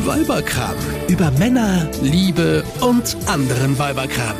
Weiberkram. Über Männer, Liebe und anderen Weiberkram.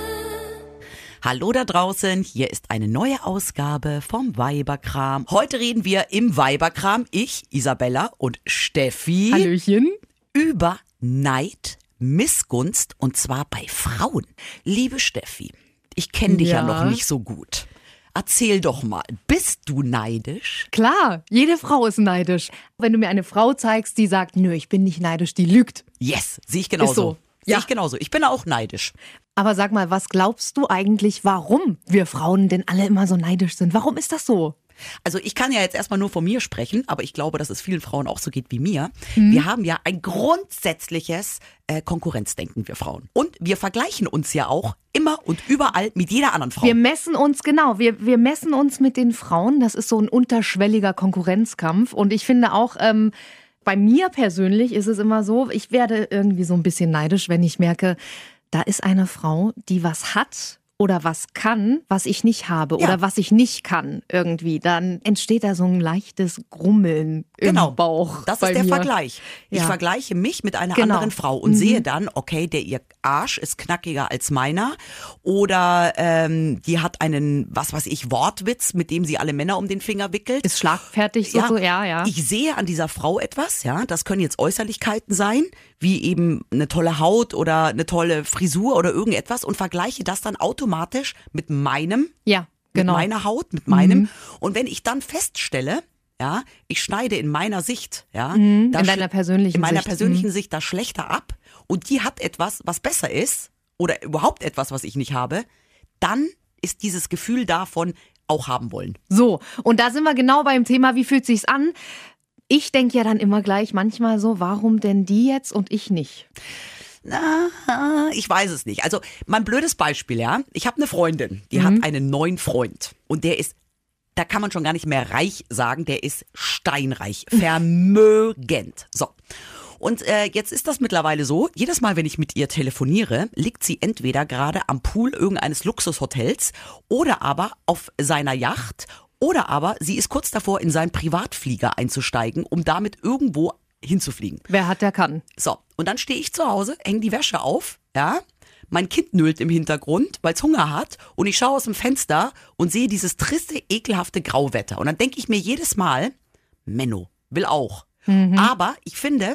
Hallo da draußen, hier ist eine neue Ausgabe vom Weiberkram. Heute reden wir im Weiberkram, ich, Isabella und Steffi. Hallöchen. Über Neid, Missgunst und zwar bei Frauen. Liebe Steffi, ich kenne dich ja noch nicht so gut. Erzähl doch mal, bist du neidisch? Klar, jede Frau ist neidisch. Wenn du mir eine Frau zeigst, die sagt, nö, ich bin nicht neidisch, die lügt. Yes, sehe ich genauso. Ist so. Sehe Ja. ich genauso. Ich bin auch neidisch. Aber sag mal, was glaubst du eigentlich, warum wir Frauen denn alle immer so neidisch sind? Warum ist das so? Also ich kann ja jetzt erstmal nur von mir sprechen, aber ich glaube, dass es vielen Frauen auch so geht wie mir. Wir haben ja ein grundsätzliches Konkurrenzdenken, wir Frauen. Und wir vergleichen uns ja auch immer und überall mit jeder anderen Frau. Wir messen uns, genau, wir messen uns mit den Frauen. Das ist so ein unterschwelliger Konkurrenzkampf. Und ich finde auch, bei mir persönlich ist es immer so, ich werde irgendwie so ein bisschen neidisch, wenn ich merke, da ist eine Frau, die was hat oder was kann, was ich nicht habe oder was ich nicht kann irgendwie. Dann entsteht da so ein leichtes Grummeln im Bauch. Das bei ist der mir. Vergleich. Ich Ja. vergleiche mich mit einer Genau. anderen Frau und sehe dann, okay, ihr Arsch ist knackiger als meiner oder die hat einen, was weiß ich, Wortwitz, mit dem sie alle Männer um den Finger wickelt. Ist schlagfertig so, ja. Ich sehe an dieser Frau etwas, ja, das können jetzt Äußerlichkeiten sein, wie eben eine tolle Haut oder eine tolle Frisur oder irgendetwas und vergleiche das dann automatisch mit meinem, Ja, genau. mit meiner Haut, mit meinem. Und wenn ich dann feststelle, ja, ich schneide in meiner Sicht, ja, In deiner persönlichen in meiner Sicht. persönlichen Sicht da schlechter ab und die hat etwas, was besser ist oder überhaupt etwas, was ich nicht habe, dann ist dieses Gefühl davon auch haben wollen. So, und da sind wir genau beim Thema, wie fühlt sich's an? Ich denke ja dann immer gleich manchmal so, warum denn die jetzt und ich nicht? Na, ich weiß es nicht. Also mein blödes Beispiel, ja. Ich habe eine Freundin, die hat einen neuen Freund und der ist, da kann man schon gar nicht mehr reich sagen, der ist steinreich, vermögend. So. Und jetzt ist das mittlerweile so, jedes Mal, wenn ich mit ihr telefoniere, liegt sie entweder gerade am Pool irgendeines Luxushotels oder aber auf seiner Yacht oder aber sie ist kurz davor, in seinen Privatflieger einzusteigen, um damit irgendwo hinzufliegen. Wer hat, der kann. So, und dann stehe ich zu Hause, hänge die Wäsche auf, ja, mein Kind nölt im Hintergrund, weil es Hunger hat und ich schaue aus dem Fenster und sehe dieses triste, ekelhafte Grauwetter. Und dann denke ich mir jedes Mal, Menno, will auch. Aber ich finde,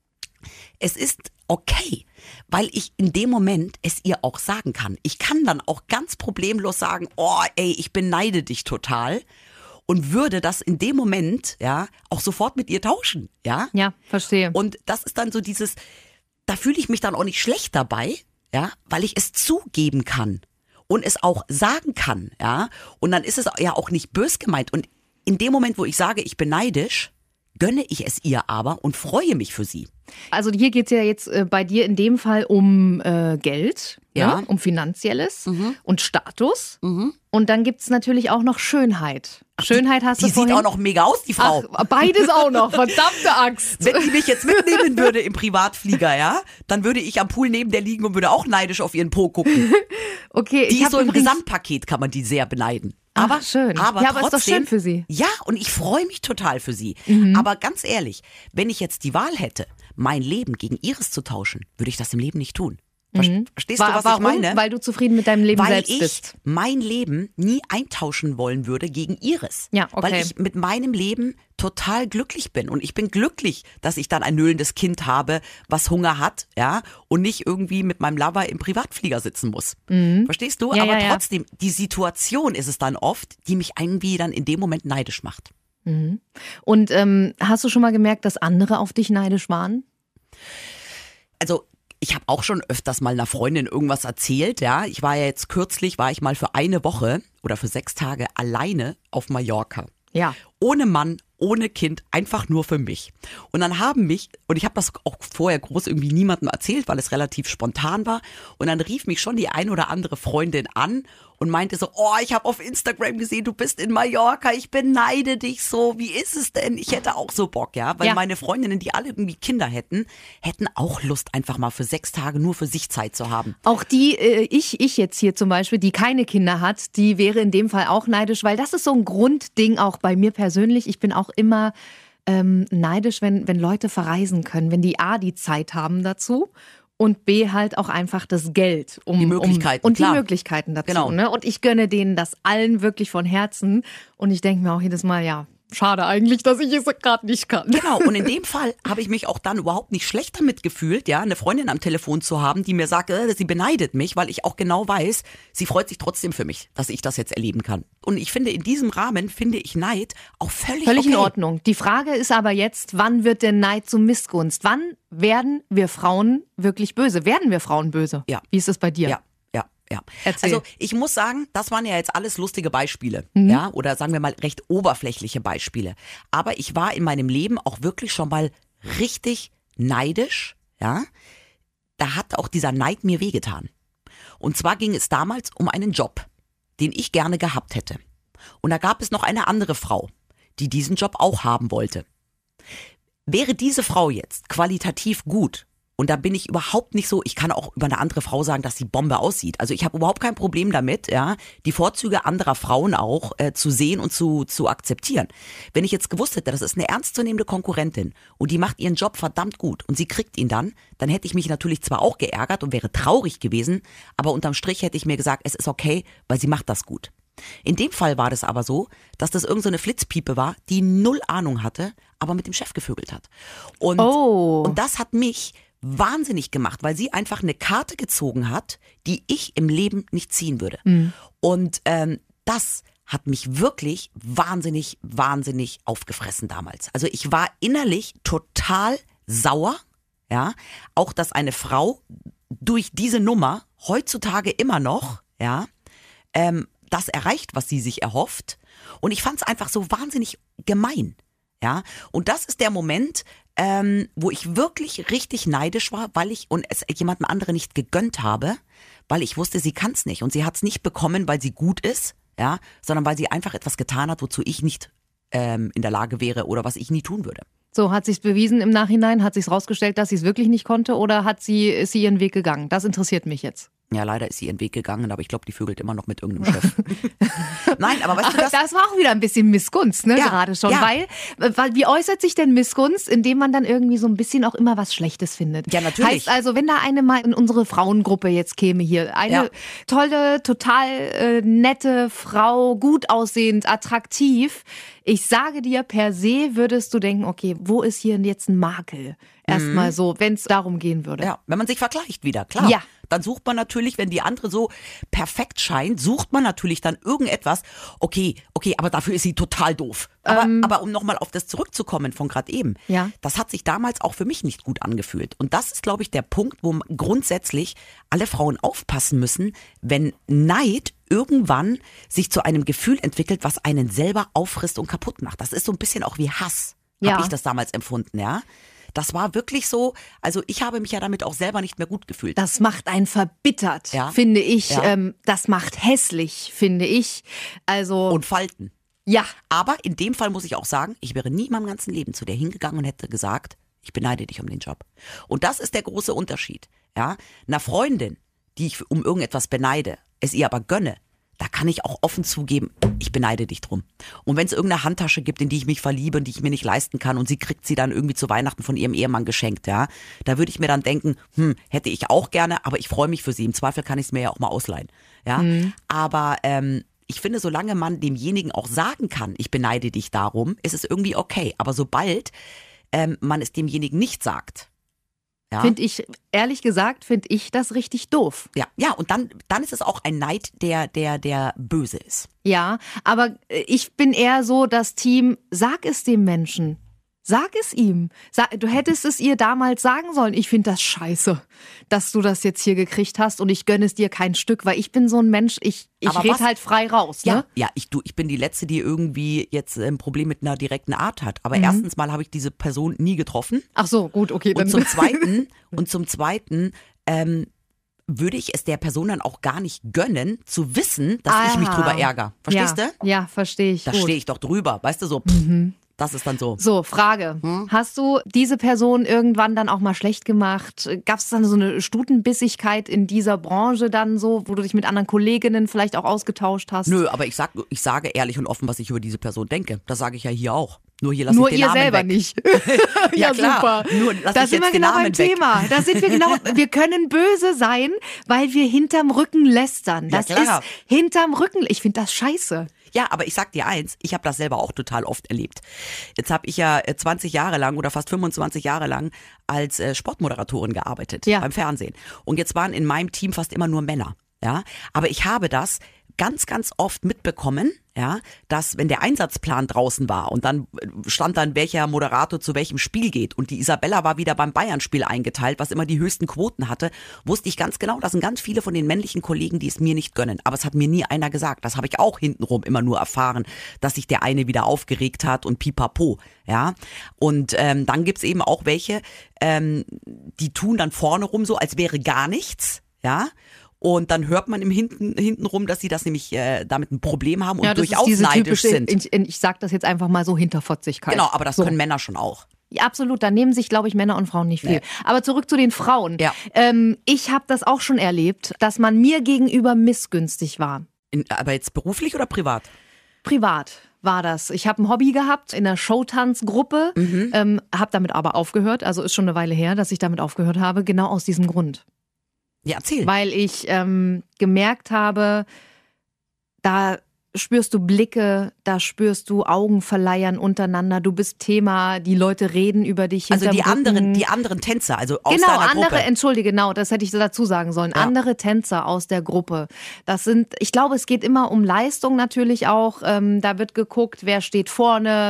es ist okay, weil ich in dem Moment es ihr auch sagen kann. Ich kann dann auch ganz problemlos sagen, oh ey, ich beneide dich total und würde das in dem Moment, ja, auch sofort mit ihr tauschen, ja. Ja, verstehe. Und das ist dann so dieses, da fühle ich mich dann auch nicht schlecht dabei, ja, weil ich es zugeben kann und es auch sagen kann, ja. Und dann ist es ja auch nicht bös gemeint. Und in dem Moment, wo ich sage, ich bin neidisch, gönne ich es ihr aber und freue mich für sie. Also hier geht's ja jetzt bei dir in dem Fall um Geld, Ja. um Finanzielles und Status. Und dann gibt's natürlich auch noch Schönheit. Schönheit hast Die du sieht vorhin. auch noch mega aus, die Frau. Ach, beides auch noch, verdammte Axt. Wenn die mich jetzt mitnehmen würde im Privatflieger, ja, dann würde ich am Pool neben der liegen und würde auch neidisch auf ihren Po gucken. Okay, Die ich ist habe so im übrigens... Gesamtpaket, kann man die sehr beneiden. Ach, schön. Aber Ja, aber ist doch trotzdem, schön für sie. Ja, und ich freue mich total für sie. Aber ganz ehrlich, wenn ich jetzt die Wahl hätte, mein Leben gegen ihres zu tauschen, würde ich das im Leben nicht tun. Verstehst du, was Warum? ich meine? Weil du zufrieden mit deinem Leben Weil selbst ich bist. mein Leben nie eintauschen wollen würde gegen ihres. Ja, okay. Weil ich mit meinem Leben total glücklich bin. Und ich bin glücklich, dass ich dann ein nölendes Kind habe, was Hunger hat, ja, und nicht irgendwie mit meinem Lover im Privatflieger sitzen muss. Verstehst du? Ja, Aber ja. trotzdem, die Situation ist es dann oft, die mich irgendwie dann in dem Moment neidisch macht. Und hast du schon mal gemerkt, dass andere auf dich neidisch waren? Also ich habe auch schon öfters mal einer Freundin irgendwas erzählt, ja. Ich war ja jetzt kürzlich, war ich mal für eine Woche oder für 6 Tage alleine auf Mallorca. Ja. Ohne Mann, ohne Kind, einfach nur für mich. Und dann haben mich, und ich habe das auch vorher groß irgendwie niemandem erzählt, weil es relativ spontan war. Und dann rief mich schon die ein oder andere Freundin an und meinte so, oh, ich habe auf Instagram gesehen, du bist in Mallorca, ich beneide dich so, wie ist es denn? Ich hätte auch so Bock, ja, weil Ja. meine Freundinnen, die alle irgendwie Kinder hätten auch Lust, einfach mal für 6 Tage nur für sich Zeit zu haben. Auch die, ich jetzt hier zum Beispiel, die keine Kinder hat, die wäre in dem Fall auch neidisch, weil das ist so ein Grundding auch bei mir persönlich. Ich bin auch immer neidisch, wenn Leute verreisen können, wenn die A, die Zeit haben dazu und B, halt auch einfach das Geld. Die Möglichkeiten, und klar. die Möglichkeiten dazu. Genau. Ne? Und ich gönne denen das allen wirklich von Herzen. Und ich denke mir auch jedes Mal, ja, schade eigentlich, dass ich es gerade nicht kann. Genau, und in dem Fall habe ich mich auch dann überhaupt nicht schlecht damit gefühlt, ja, eine Freundin am Telefon zu haben, die mir sagt, sie beneidet mich, weil ich auch genau weiß, sie freut sich trotzdem für mich, dass ich das jetzt erleben kann. Und ich finde, in diesem Rahmen finde ich Neid auch völlig okay. In Ordnung. Die Frage ist aber jetzt, wann wird denn Neid zu Missgunst? Wann werden wir Frauen wirklich böse? Werden wir Frauen böse? Ja. Wie ist das bei dir? Ja. Erzähl. Also ich muss sagen, das waren ja jetzt alles lustige Beispiele, ja, oder sagen wir mal recht oberflächliche Beispiele. Aber ich war in meinem Leben auch wirklich schon mal richtig neidisch, ja. Da hat auch dieser Neid mir wehgetan. Und zwar ging es damals um einen Job, den ich gerne gehabt hätte. Und da gab es noch eine andere Frau, die diesen Job auch haben wollte. Wäre diese Frau jetzt qualitativ gut, und da bin ich überhaupt nicht so, ich kann auch über eine andere Frau sagen, dass sie Bombe aussieht. Also ich habe überhaupt kein Problem damit, ja, die Vorzüge anderer Frauen auch zu sehen und zu akzeptieren. Wenn ich jetzt gewusst hätte, das ist eine ernstzunehmende Konkurrentin und die macht ihren Job verdammt gut und sie kriegt ihn dann hätte ich mich natürlich zwar auch geärgert und wäre traurig gewesen, aber unterm Strich hätte ich mir gesagt, es ist okay, weil sie macht das gut. In dem Fall war das aber so, dass das irgend so eine Flitzpiepe war, die null Ahnung hatte, aber mit dem Chef gevögelt hat. Und das hat mich wahnsinnig gemacht, weil sie einfach eine Karte gezogen hat, die ich im Leben nicht ziehen würde. Und das hat mich wirklich wahnsinnig aufgefressen damals. Also ich war innerlich total sauer, ja, auch dass eine Frau durch diese Nummer heutzutage immer noch, ja, das erreicht, was sie sich erhofft. Und ich fand es einfach so wahnsinnig gemein. Ja, und das ist der Moment, wo ich wirklich richtig neidisch war, weil ich es jemandem anderen nicht gegönnt habe, weil ich wusste, sie kann es nicht. Und sie hat es nicht bekommen, weil sie gut ist, ja, sondern weil sie einfach etwas getan hat, wozu ich nicht in der Lage wäre oder was ich nie tun würde. So, hat sich's bewiesen im Nachhinein? Hat sich's rausgestellt, dass sie es wirklich nicht konnte oder ist sie ihren Weg gegangen? Das interessiert mich jetzt. Ja, leider ist sie ihren Weg gegangen, aber ich glaube, die vögelt immer noch mit irgendeinem Chef. Nein, aber weißt du das? Das war auch wieder ein bisschen Missgunst, ne, ja, gerade schon. Ja. Weil, wie äußert sich denn Missgunst? Indem man dann irgendwie so ein bisschen auch immer was Schlechtes findet. Ja, natürlich. Heißt also, wenn da eine mal in unsere Frauengruppe jetzt käme hier, eine tolle, total nette Frau, gut aussehend, attraktiv, ich sage dir, per se würdest du denken, okay, wo ist hier jetzt ein Makel? Erstmal so, wenn es darum gehen würde. Ja, wenn man sich vergleicht wieder, klar. Ja. Dann sucht man natürlich, wenn die andere so perfekt scheint, sucht man natürlich dann irgendetwas, okay, aber dafür ist sie total doof. Aber um nochmal auf das zurückzukommen von gerade eben, das hat sich damals auch für mich nicht gut angefühlt. Und das ist, glaube ich, der Punkt, wo grundsätzlich alle Frauen aufpassen müssen, wenn Neid irgendwann sich zu einem Gefühl entwickelt, was einen selber auffrisst und kaputt macht. Das ist so ein bisschen auch wie Hass, habe ich das damals empfunden, ja. Das war wirklich so, also ich habe mich ja damit auch selber nicht mehr gut gefühlt. Das macht einen verbittert, finde ich. Ja. Das macht hässlich, finde ich. Also Und Falten. Ja. Aber in dem Fall muss ich auch sagen, ich wäre nie in meinem ganzen Leben zu der hingegangen und hätte gesagt, ich beneide dich um den Job. Und das ist der große Unterschied. Ja? Einer Freundin, die ich um irgendetwas beneide, es ihr aber gönne, da kann ich auch offen zugeben, ich beneide dich drum. Und wenn es irgendeine Handtasche gibt, in die ich mich verliebe und die ich mir nicht leisten kann und sie kriegt sie dann irgendwie zu Weihnachten von ihrem Ehemann geschenkt, ja, da würde ich mir dann denken, hätte ich auch gerne, aber ich freue mich für sie. Im Zweifel kann ich es mir ja auch mal ausleihen. Ja, aber ich finde, solange man demjenigen auch sagen kann, ich beneide dich darum, ist es irgendwie okay. Aber sobald man es demjenigen nicht sagt, finde ich, ehrlich gesagt, finde ich das richtig doof. Ja, und dann ist es auch ein Neid, der böse ist. Ja, aber ich bin eher so das Team, sag es dem Menschen. Sag es ihm. Du hättest es ihr damals sagen sollen. Ich finde das scheiße, dass du das jetzt hier gekriegt hast und ich gönne es dir kein Stück, weil ich bin so ein Mensch, ich rede halt frei raus. Ne? Ja, ich bin die Letzte, die irgendwie jetzt ein Problem mit einer direkten Art hat. Aber erstens mal habe ich diese Person nie getroffen. Ach so, gut, okay. Und zum Zweiten würde ich es der Person dann auch gar nicht gönnen, zu wissen, dass ich mich drüber ärgere. Verstehst du? Ja, verstehe ich. Da stehe ich doch drüber, weißt du, so. Das ist dann so. So, Frage. Hast du diese Person irgendwann dann auch mal schlecht gemacht? Gab es dann so eine Stutenbissigkeit in dieser Branche dann so, wo du dich mit anderen Kolleginnen vielleicht auch ausgetauscht hast? Nö, aber ich sage ehrlich und offen, was ich über diese Person denke. Das sage ich ja hier auch. Nur hier lass Nur ich den ihr Namen selber weg. nicht. Ja, klar. super. Nur lass Da ich sind wir jetzt den genau beim Namen weg. Thema. Da sind wir genau. Wir können böse sein, weil wir hinterm Rücken lästern. Ja, Das klar. ist hinterm Rücken. Ich finde das scheiße. Ja, aber ich sag dir eins, ich habe das selber auch total oft erlebt. Jetzt habe ich ja 20 Jahre lang oder fast 25 Jahre lang als Sportmoderatorin gearbeitet beim Fernsehen. Und jetzt waren in meinem Team fast immer nur Männer. Ja, aber ich habe das ganz, ganz oft mitbekommen, ja, dass wenn der Einsatzplan draußen war und dann stand dann, welcher Moderator zu welchem Spiel geht und die Isabella war wieder beim Bayern-Spiel eingeteilt, was immer die höchsten Quoten hatte, wusste ich ganz genau, das sind ganz viele von den männlichen Kollegen, die es mir nicht gönnen. Aber es hat mir nie einer gesagt. Das habe ich auch hintenrum immer nur erfahren, dass sich der eine wieder aufgeregt hat und pipapo, ja. Und dann gibt's eben auch welche, die tun dann vorne rum so, als wäre gar nichts, ja. Und dann hört man im hintenrum, dass sie das nämlich damit ein Problem haben und das durchaus ist diese neidisch typische, sind. ich sag das jetzt einfach mal so, Hinterfotzigkeit. Genau, aber das können Männer schon auch. Ja, absolut, da nehmen sich, glaube ich, Männer und Frauen nicht viel. Nee. Aber zurück zu den Frauen. Ja. Ich habe das auch schon erlebt, dass man mir gegenüber missgünstig war. Aber jetzt beruflich oder privat? Privat war das. Ich habe ein Hobby gehabt in einer Showtanzgruppe, habe damit aber aufgehört. Also ist schon eine Weile her, dass ich damit aufgehört habe, genau aus diesem Grund. Ja, erzähl. Weil ich gemerkt habe, da spürst du Blicke, da spürst du Augenverleiern untereinander, du bist Thema, die Leute reden über dich Also hinterm Rücken. die anderen Tänzer, also aus Genau, deiner andere, Gruppe. entschuldige, genau, das hätte ich so dazu sagen sollen. Ja. Andere Tänzer aus der Gruppe. Das sind, ich glaube, es geht immer um Leistung natürlich auch. Da wird geguckt, wer steht vorne,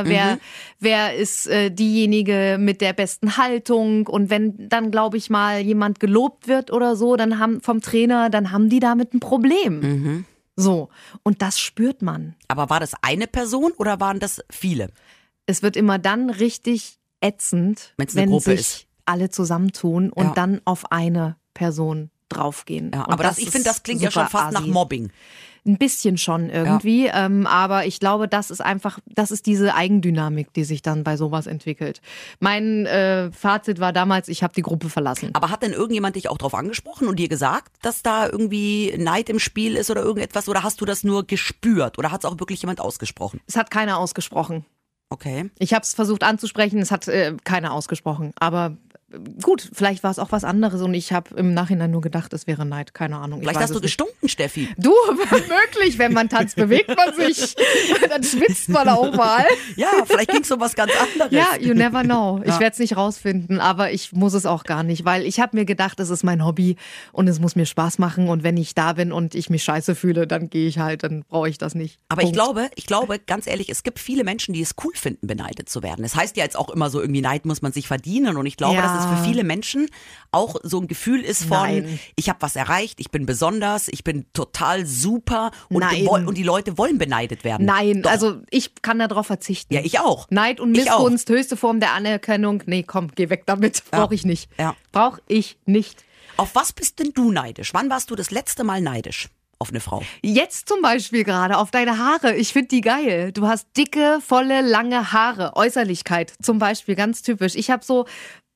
wer ist diejenige mit der besten Haltung. Und wenn dann, glaube ich mal, jemand gelobt wird oder so, dann vom Trainer, dann haben die damit ein Problem. So, und das spürt man. Aber war das eine Person oder waren das viele? Es wird immer dann richtig ätzend, Wenn's eine wenn Gruppe sich ist. alle zusammentun und Ja. dann auf eine Person draufgehen. Ja, Und aber ich finde, das klingt ja schon super fast nach assi. Mobbing. Ein bisschen schon irgendwie, aber ich glaube, das ist diese Eigendynamik, die sich dann bei sowas entwickelt. Mein Fazit war damals, ich habe die Gruppe verlassen. Aber hat denn irgendjemand dich auch drauf angesprochen und dir gesagt, dass da irgendwie Neid im Spiel ist oder irgendetwas? Oder hast du das nur gespürt? Oder hat es auch wirklich jemand ausgesprochen? Es hat keiner ausgesprochen. Okay. Ich habe es versucht anzusprechen, es hat keiner ausgesprochen. Aber gut, vielleicht war es auch was anderes und ich habe im Nachhinein nur gedacht, es wäre Neid. Keine Ahnung. Vielleicht hast du gestunken, Steffi. Du, möglich, wenn man tanzt, bewegt man sich. Dann schwitzt man auch mal. Ja, vielleicht ging es um was ganz anderes. Ja, you never know. Ich Ja. werde es nicht rausfinden, aber ich muss es auch gar nicht, weil ich habe mir gedacht, es ist mein Hobby und es muss mir Spaß machen und wenn ich da bin und ich mich scheiße fühle, dann gehe ich halt, dann brauche ich das nicht. Aber ich Punkt. glaube, ganz ehrlich, es gibt viele Menschen, die es cool finden, beneidet zu werden. Es heißt ja jetzt auch immer so, irgendwie Neid muss man sich verdienen. Und ich glaube, Ja. dass es für viele Menschen auch so ein Gefühl ist von, Nein. ich habe was erreicht, ich bin besonders, ich bin total super und, Nein. und die Leute wollen beneidet werden. Nein, Doch. also ich kann darauf verzichten. Ja, ich auch. Neid und Ich auch. Missgunst, höchste Form der Anerkennung. Nee, komm, geh weg damit. Ja. Brauche ich nicht. Ja. Brauche ich nicht. Auf was bist denn du neidisch? Wann warst du das letzte Mal neidisch auf eine Frau? Jetzt zum Beispiel gerade auf deine Haare. Ich finde die geil. Du hast dicke, volle, lange Haare. Äußerlichkeit zum Beispiel, ganz typisch. Ich habe so,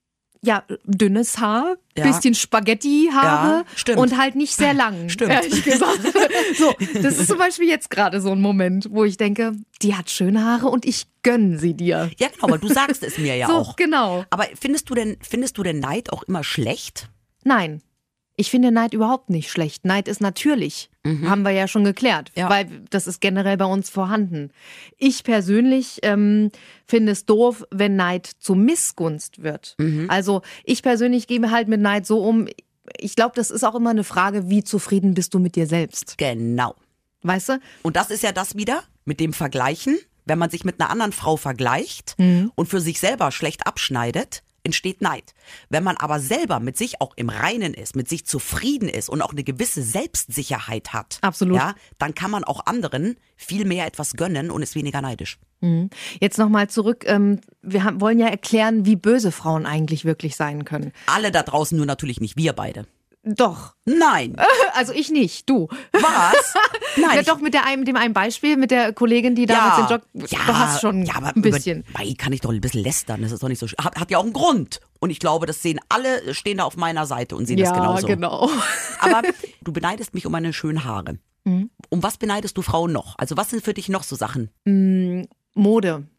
ja, dünnes Haar, Ja. bisschen Spaghetti-Haare Ja, stimmt. und halt nicht sehr lang. Stimmt. Ehrlich gesagt. So, das ist zum Beispiel jetzt gerade so ein Moment, wo ich denke, die hat schöne Haare und ich gönn sie dir. Ja, genau, aber du sagst es mir ja So, auch. genau. Aber findest du denn Neid auch immer schlecht? Nein. Ich finde Neid überhaupt nicht schlecht. Neid ist natürlich. Haben wir ja schon geklärt. Ja. Weil das ist generell bei uns vorhanden. Ich persönlich finde es doof, wenn Neid zu Missgunst wird. Also ich persönlich gehe mir halt mit Neid so um. Ich glaube, das ist auch immer eine Frage, wie zufrieden bist du mit dir selbst. Genau. Weißt du? Und das ist ja das wieder mit dem Vergleichen. Wenn man sich mit einer anderen Frau vergleicht und für sich selber schlecht abschneidet, entsteht Neid. Wenn man aber selber mit sich auch im Reinen ist, mit sich zufrieden ist und auch eine gewisse Selbstsicherheit hat, Absolut. ja, dann kann man auch anderen viel mehr etwas gönnen und ist weniger neidisch. Jetzt nochmal zurück. Wir wollen ja erklären, wie böse Frauen eigentlich wirklich sein können. Alle da draußen, nur natürlich nicht wir beide. Doch. Nein. Also ich nicht, du. Was? Nein. Ja, doch mit dem einen Beispiel, mit der Kollegin, die damals den Job. Du hast schon aber ein bisschen. Kann ich doch ein bisschen lästern, das ist doch nicht so. Hat ja auch einen Grund. Und ich glaube, das sehen alle, stehen da auf meiner Seite und sehen das genauso. Genau. Aber du beneidest mich um meine schönen Haare. Um was beneidest du Frauen noch? Also was sind für dich noch so Sachen? Mode.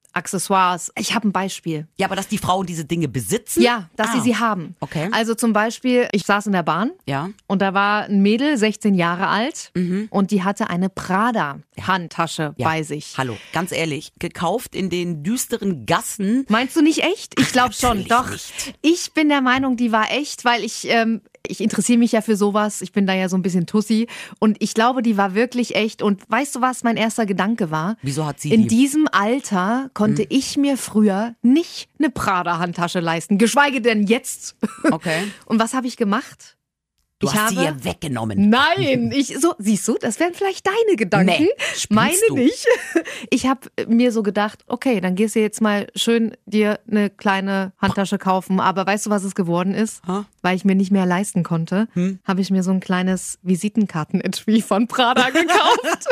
Accessoires. Ich habe ein Beispiel. Ja, aber dass die Frauen diese Dinge besitzen? Ja, dass sie haben. Okay. Also zum Beispiel, ich saß in der Bahn und da war ein Mädel, 16 Jahre alt und die hatte eine Prada-Handtasche bei sich. Hallo, ganz ehrlich, gekauft in den düsteren Gassen. Meinst du nicht echt? Ich glaube schon. Doch. Nicht. Ich bin der Meinung, die war echt, weil ich interessiere mich ja für sowas. Ich bin da ja so ein bisschen Tussi. Und ich glaube, die war wirklich echt. Und weißt du, was mein erster Gedanke war? Wieso hat sie In diesem Alter konnte ich mir früher nicht eine Prada-Handtasche leisten. Geschweige denn jetzt. Okay. Und was habe ich gemacht? Du hast sie ihr weggenommen. Nein, siehst du, das wären vielleicht deine Gedanken. Nee, meine nicht. Ich habe mir so gedacht, okay, dann gehst du jetzt mal schön dir eine kleine Handtasche kaufen. Aber weißt du, was es geworden ist? Weil ich mir nicht mehr leisten konnte, habe ich mir so ein kleines Visitenkarten-Etui von Prada gekauft.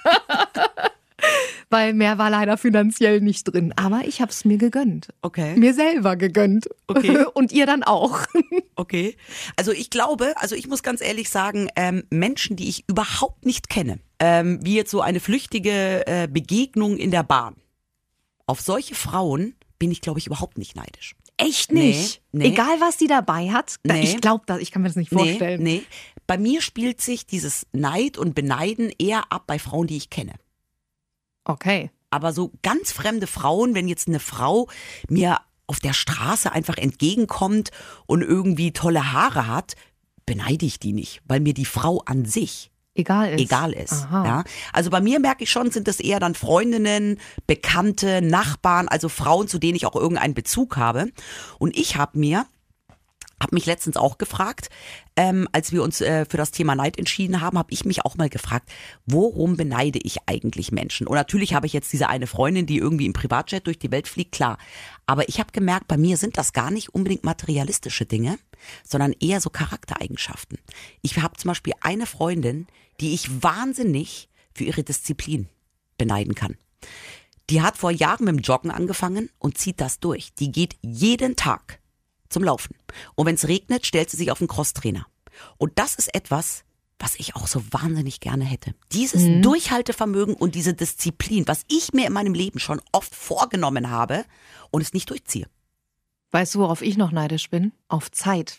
Weil mehr war leider finanziell nicht drin. Aber ich habe es mir gegönnt. Okay. Mir selber gegönnt. Okay. Und ihr dann auch. Okay. Also ich glaube, ich muss ganz ehrlich sagen, Menschen, die ich überhaupt nicht kenne, wie jetzt so eine flüchtige Begegnung in der Bahn, auf solche Frauen bin ich, glaube ich, überhaupt nicht neidisch. Echt nicht? Nee. Egal, was die dabei hat? Nee. Ich glaube das, ich kann mir das nicht vorstellen. Nee. Bei mir spielt sich dieses Neid und Beneiden eher ab bei Frauen, die ich kenne. Okay. Aber so ganz fremde Frauen, wenn jetzt eine Frau mir auf der Straße einfach entgegenkommt und irgendwie tolle Haare hat, beneide ich die nicht, weil mir die Frau an sich egal ist. Ja? Also bei mir merke ich schon, sind das eher dann Freundinnen, Bekannte, Nachbarn, also Frauen, zu denen ich auch irgendeinen Bezug habe. Und ich habe mich letztens auch gefragt, als wir uns für das Thema Neid entschieden haben, habe ich mich auch mal gefragt, worum beneide ich eigentlich Menschen? Und natürlich habe ich jetzt diese eine Freundin, die irgendwie im Privatjet durch die Welt fliegt, klar. Aber ich habe gemerkt, bei mir sind das gar nicht unbedingt materialistische Dinge, sondern eher so Charaktereigenschaften. Ich habe zum Beispiel eine Freundin, die ich wahnsinnig für ihre Disziplin beneiden kann. Die hat vor Jahren mit dem Joggen angefangen und zieht das durch. Die geht jeden Tag zum Laufen. Und wenn es regnet, stellt sie sich auf den Crosstrainer. Und das ist etwas, was ich auch so wahnsinnig gerne hätte. Dieses Durchhaltevermögen und diese Disziplin, was ich mir in meinem Leben schon oft vorgenommen habe und es nicht durchziehe. Weißt du, worauf ich noch neidisch bin? Auf Zeit.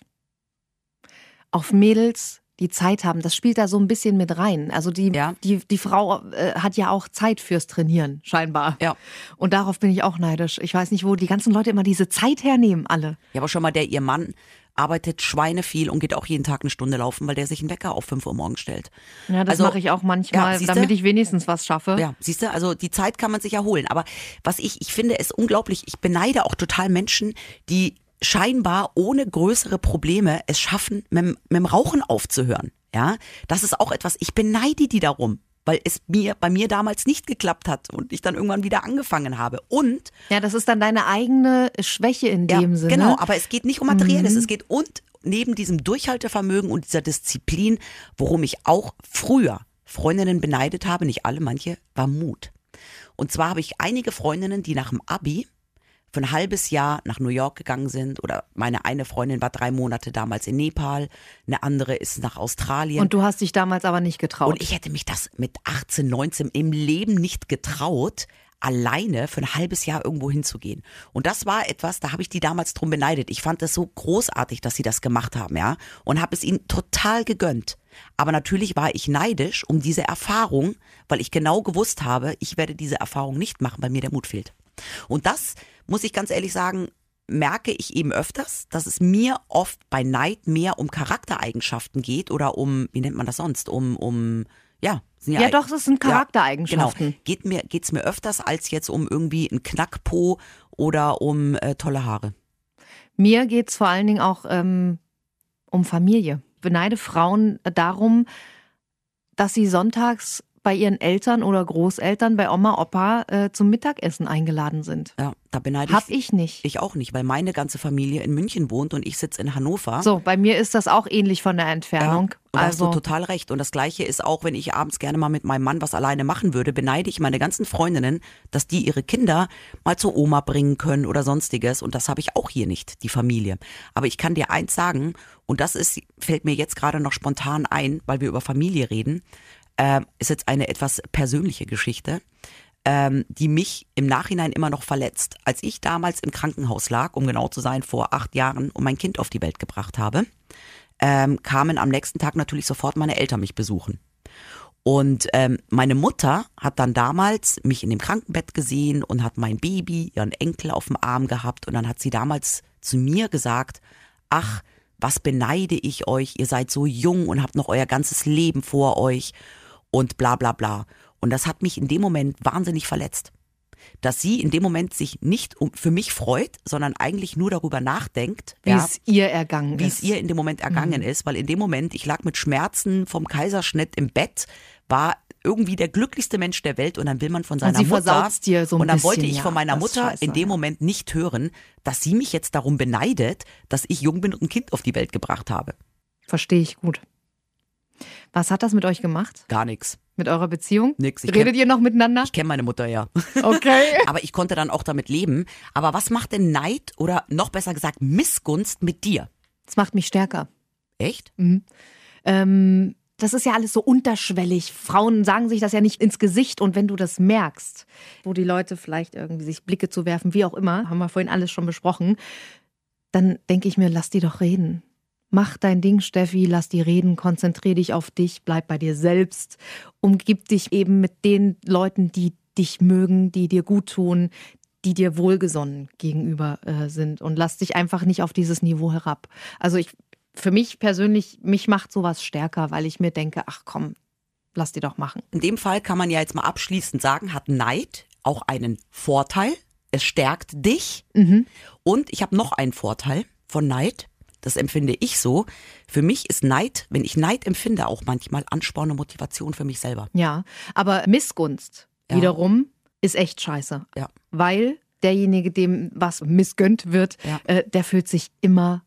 Auf Mädels, die Zeit haben. Das spielt da so ein bisschen mit rein. Also die Frau hat ja auch Zeit fürs Trainieren, scheinbar. Ja. Und darauf bin ich auch neidisch. Ich weiß nicht, wo die ganzen Leute immer diese Zeit hernehmen, alle. Ja, aber schon mal ihr Mann arbeitet schweineviel und geht auch jeden Tag eine Stunde laufen, weil der sich einen Wecker auf 5 Uhr morgens stellt. Ja, das mache ich auch manchmal, damit ich wenigstens was schaffe. Ja, siehst du, also die Zeit kann man sich erholen. Aber was ich finde, ist unglaublich, ich beneide auch total Menschen, die scheinbar ohne größere Probleme es schaffen, mit dem Rauchen aufzuhören. Ja, das ist auch etwas, ich beneide die darum, weil es bei mir damals nicht geklappt hat und ich dann irgendwann wieder angefangen habe. Und ja, das ist dann deine eigene Schwäche in dem Sinne. Genau, aber es geht nicht um Materielles, es geht neben diesem Durchhaltevermögen und dieser Disziplin, worum ich auch früher Freundinnen beneidet habe, nicht alle, manche, war Mut. Und zwar habe ich einige Freundinnen, die nach dem Abi für ein halbes Jahr nach New York gegangen sind, oder meine eine Freundin war 3 Monate damals in Nepal, eine andere ist nach Australien. Und du hast dich damals aber nicht getraut. Und ich hätte mich das mit 18, 19 im Leben nicht getraut, alleine für ein halbes Jahr irgendwo hinzugehen. Und das war etwas, da habe ich die damals drum beneidet. Ich fand das so großartig, dass sie das gemacht haben, ja, und habe es ihnen total gegönnt. Aber natürlich war ich neidisch um diese Erfahrung, weil ich genau gewusst habe, ich werde diese Erfahrung nicht machen, weil mir der Mut fehlt. Und das, muss ich ganz ehrlich sagen, merke ich eben öfters, dass es mir oft bei Neid mehr um Charaktereigenschaften geht oder um, wie nennt man das sonst, ja, doch, das sind Charaktereigenschaften. Genau. Geht's mir öfters als jetzt um irgendwie ein Knackpo oder um tolle Haare. Mir geht's vor allen Dingen auch um Familie. Ich beneide Frauen darum, dass sie sonntags bei ihren Eltern oder Großeltern, bei Oma, Opa zum Mittagessen eingeladen sind. Ja, da beneide ich. Hab ich nicht. Ich auch nicht, weil meine ganze Familie in München wohnt und ich sitze in Hannover. So, bei mir ist das auch ähnlich von der Entfernung. Ja, und hast du total recht. Und das Gleiche ist auch, wenn ich abends gerne mal mit meinem Mann was alleine machen würde, beneide ich meine ganzen Freundinnen, dass die ihre Kinder mal zur Oma bringen können oder sonstiges. Und das habe ich auch hier nicht, die Familie. Aber ich kann dir eins sagen, und das fällt mir jetzt gerade noch spontan ein, weil wir über Familie reden, ist jetzt eine etwas persönliche Geschichte. die mich im Nachhinein immer noch verletzt. Als ich damals im Krankenhaus lag, um genau zu sein, vor 8 Jahren und mein Kind auf die Welt gebracht habe, kamen am nächsten Tag natürlich sofort meine Eltern mich besuchen. Und meine Mutter hat dann damals mich in dem Krankenbett gesehen und hat mein Baby, ihren Enkel auf dem Arm gehabt. Und dann hat sie damals zu mir gesagt, ach, was beneide ich euch, ihr seid so jung und habt noch euer ganzes Leben vor euch und bla bla bla. Und das hat mich in dem Moment wahnsinnig verletzt. Dass sie in dem Moment sich nicht für mich freut, sondern eigentlich nur darüber nachdenkt, wie es ihr ergangen ist. Wie es ihr in dem Moment ergangen ist, weil in dem Moment, ich lag mit Schmerzen vom Kaiserschnitt im Bett, war irgendwie der glücklichste Mensch der Welt und dann will man von seiner Mutter, versaut's dir so ein und dann bisschen, wollte ich von meiner Mutter in dem Moment nicht hören, dass sie mich jetzt darum beneidet, dass ich jung bin und ein Kind auf die Welt gebracht habe. Verstehe ich gut. Was hat das mit euch gemacht? Gar nichts. Mit eurer Beziehung? Nix. Redet ihr noch miteinander? Ich kenne meine Mutter, ja. Okay. Aber ich konnte dann auch damit leben. Aber was macht denn Neid oder noch besser gesagt Missgunst mit dir? Das macht mich stärker. Echt? Das ist ja alles so unterschwellig. Frauen sagen sich das ja nicht ins Gesicht. Und wenn du das merkst, wo die Leute vielleicht irgendwie sich Blicke zu werfen, wie auch immer, haben wir vorhin alles schon besprochen, dann denke ich mir, lass die doch reden. Mach dein Ding, Steffi, lass die reden, konzentrier dich auf dich, bleib bei dir selbst, umgib dich eben mit den Leuten, die dich mögen, die dir gut tun, die dir wohlgesonnen gegenüber sind und lass dich einfach nicht auf dieses Niveau herab. Also für mich persönlich, mich macht sowas stärker, weil ich mir denke, ach komm, lass die doch machen. In dem Fall kann man ja jetzt mal abschließend sagen, hat Neid auch einen Vorteil, es stärkt dich und ich habe noch einen Vorteil von Neid. Das empfinde ich so. Für mich ist Neid, wenn ich Neid empfinde, auch manchmal Ansporn und Motivation für mich selber. Ja, aber Missgunst wiederum ist echt scheiße. Ja. Weil derjenige, dem was missgönnt wird, der fühlt sich immer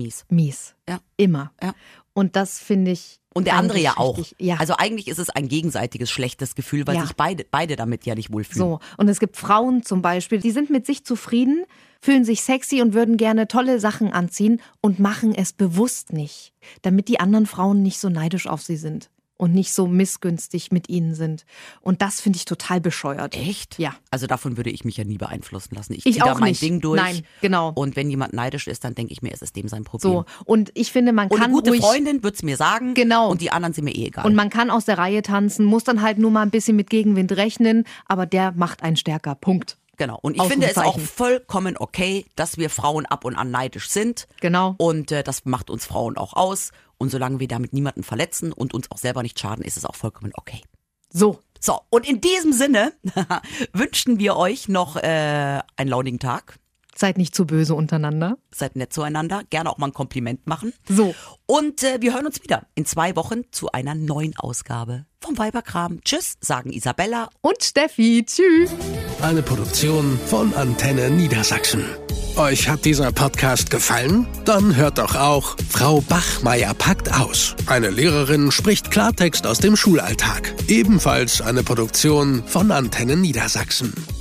mies. Ja. Immer. Ja. Und das finde ich. Und der andere ja auch. Richtig, ja. Also eigentlich ist es ein gegenseitiges schlechtes Gefühl, weil sich beide damit ja nicht wohlfühlen. So, und es gibt Frauen zum Beispiel, die sind mit sich zufrieden, fühlen sich sexy und würden gerne tolle Sachen anziehen und machen es bewusst nicht, damit die anderen Frauen nicht so neidisch auf sie sind und nicht so missgünstig mit ihnen sind. Und das finde ich total bescheuert. Echt? Ja. Also davon würde ich mich ja nie beeinflussen lassen. Ich Ich ziehe da auch mein nicht. Ding durch. Nein, genau. Und wenn jemand neidisch ist, dann denke ich mir, es ist dem sein Problem. So, und ich finde, man Und kann eine gute ruhig, Freundin wird es mir sagen. Genau. Und die anderen sind mir eh egal. und man kann aus der Reihe tanzen, muss dann halt nur mal ein bisschen mit Gegenwind rechnen, aber der macht einen stärker. Punkt. Genau. Und ich finde es auch Ausrufezeichen. vollkommen okay, dass wir Frauen ab und an neidisch sind. Genau. Und das macht uns Frauen auch aus. Und solange wir damit niemanden verletzen und uns auch selber nicht schaden, ist es auch vollkommen okay. So. So, und in diesem Sinne wünschen wir euch noch einen launigen Tag. Seid nicht zu böse untereinander. Seid nett zueinander. Gerne auch mal ein Kompliment machen. So. Und wir hören uns wieder in 2 Wochen zu einer neuen Ausgabe vom Weiberkram. Tschüss, sagen Isabella. Und Steffi. Tschüss. Eine Produktion von Antenne Niedersachsen. Euch hat dieser Podcast gefallen? Dann hört doch auch Frau Bachmeier packt aus. Eine Lehrerin spricht Klartext aus dem Schulalltag. Ebenfalls eine Produktion von Antenne Niedersachsen.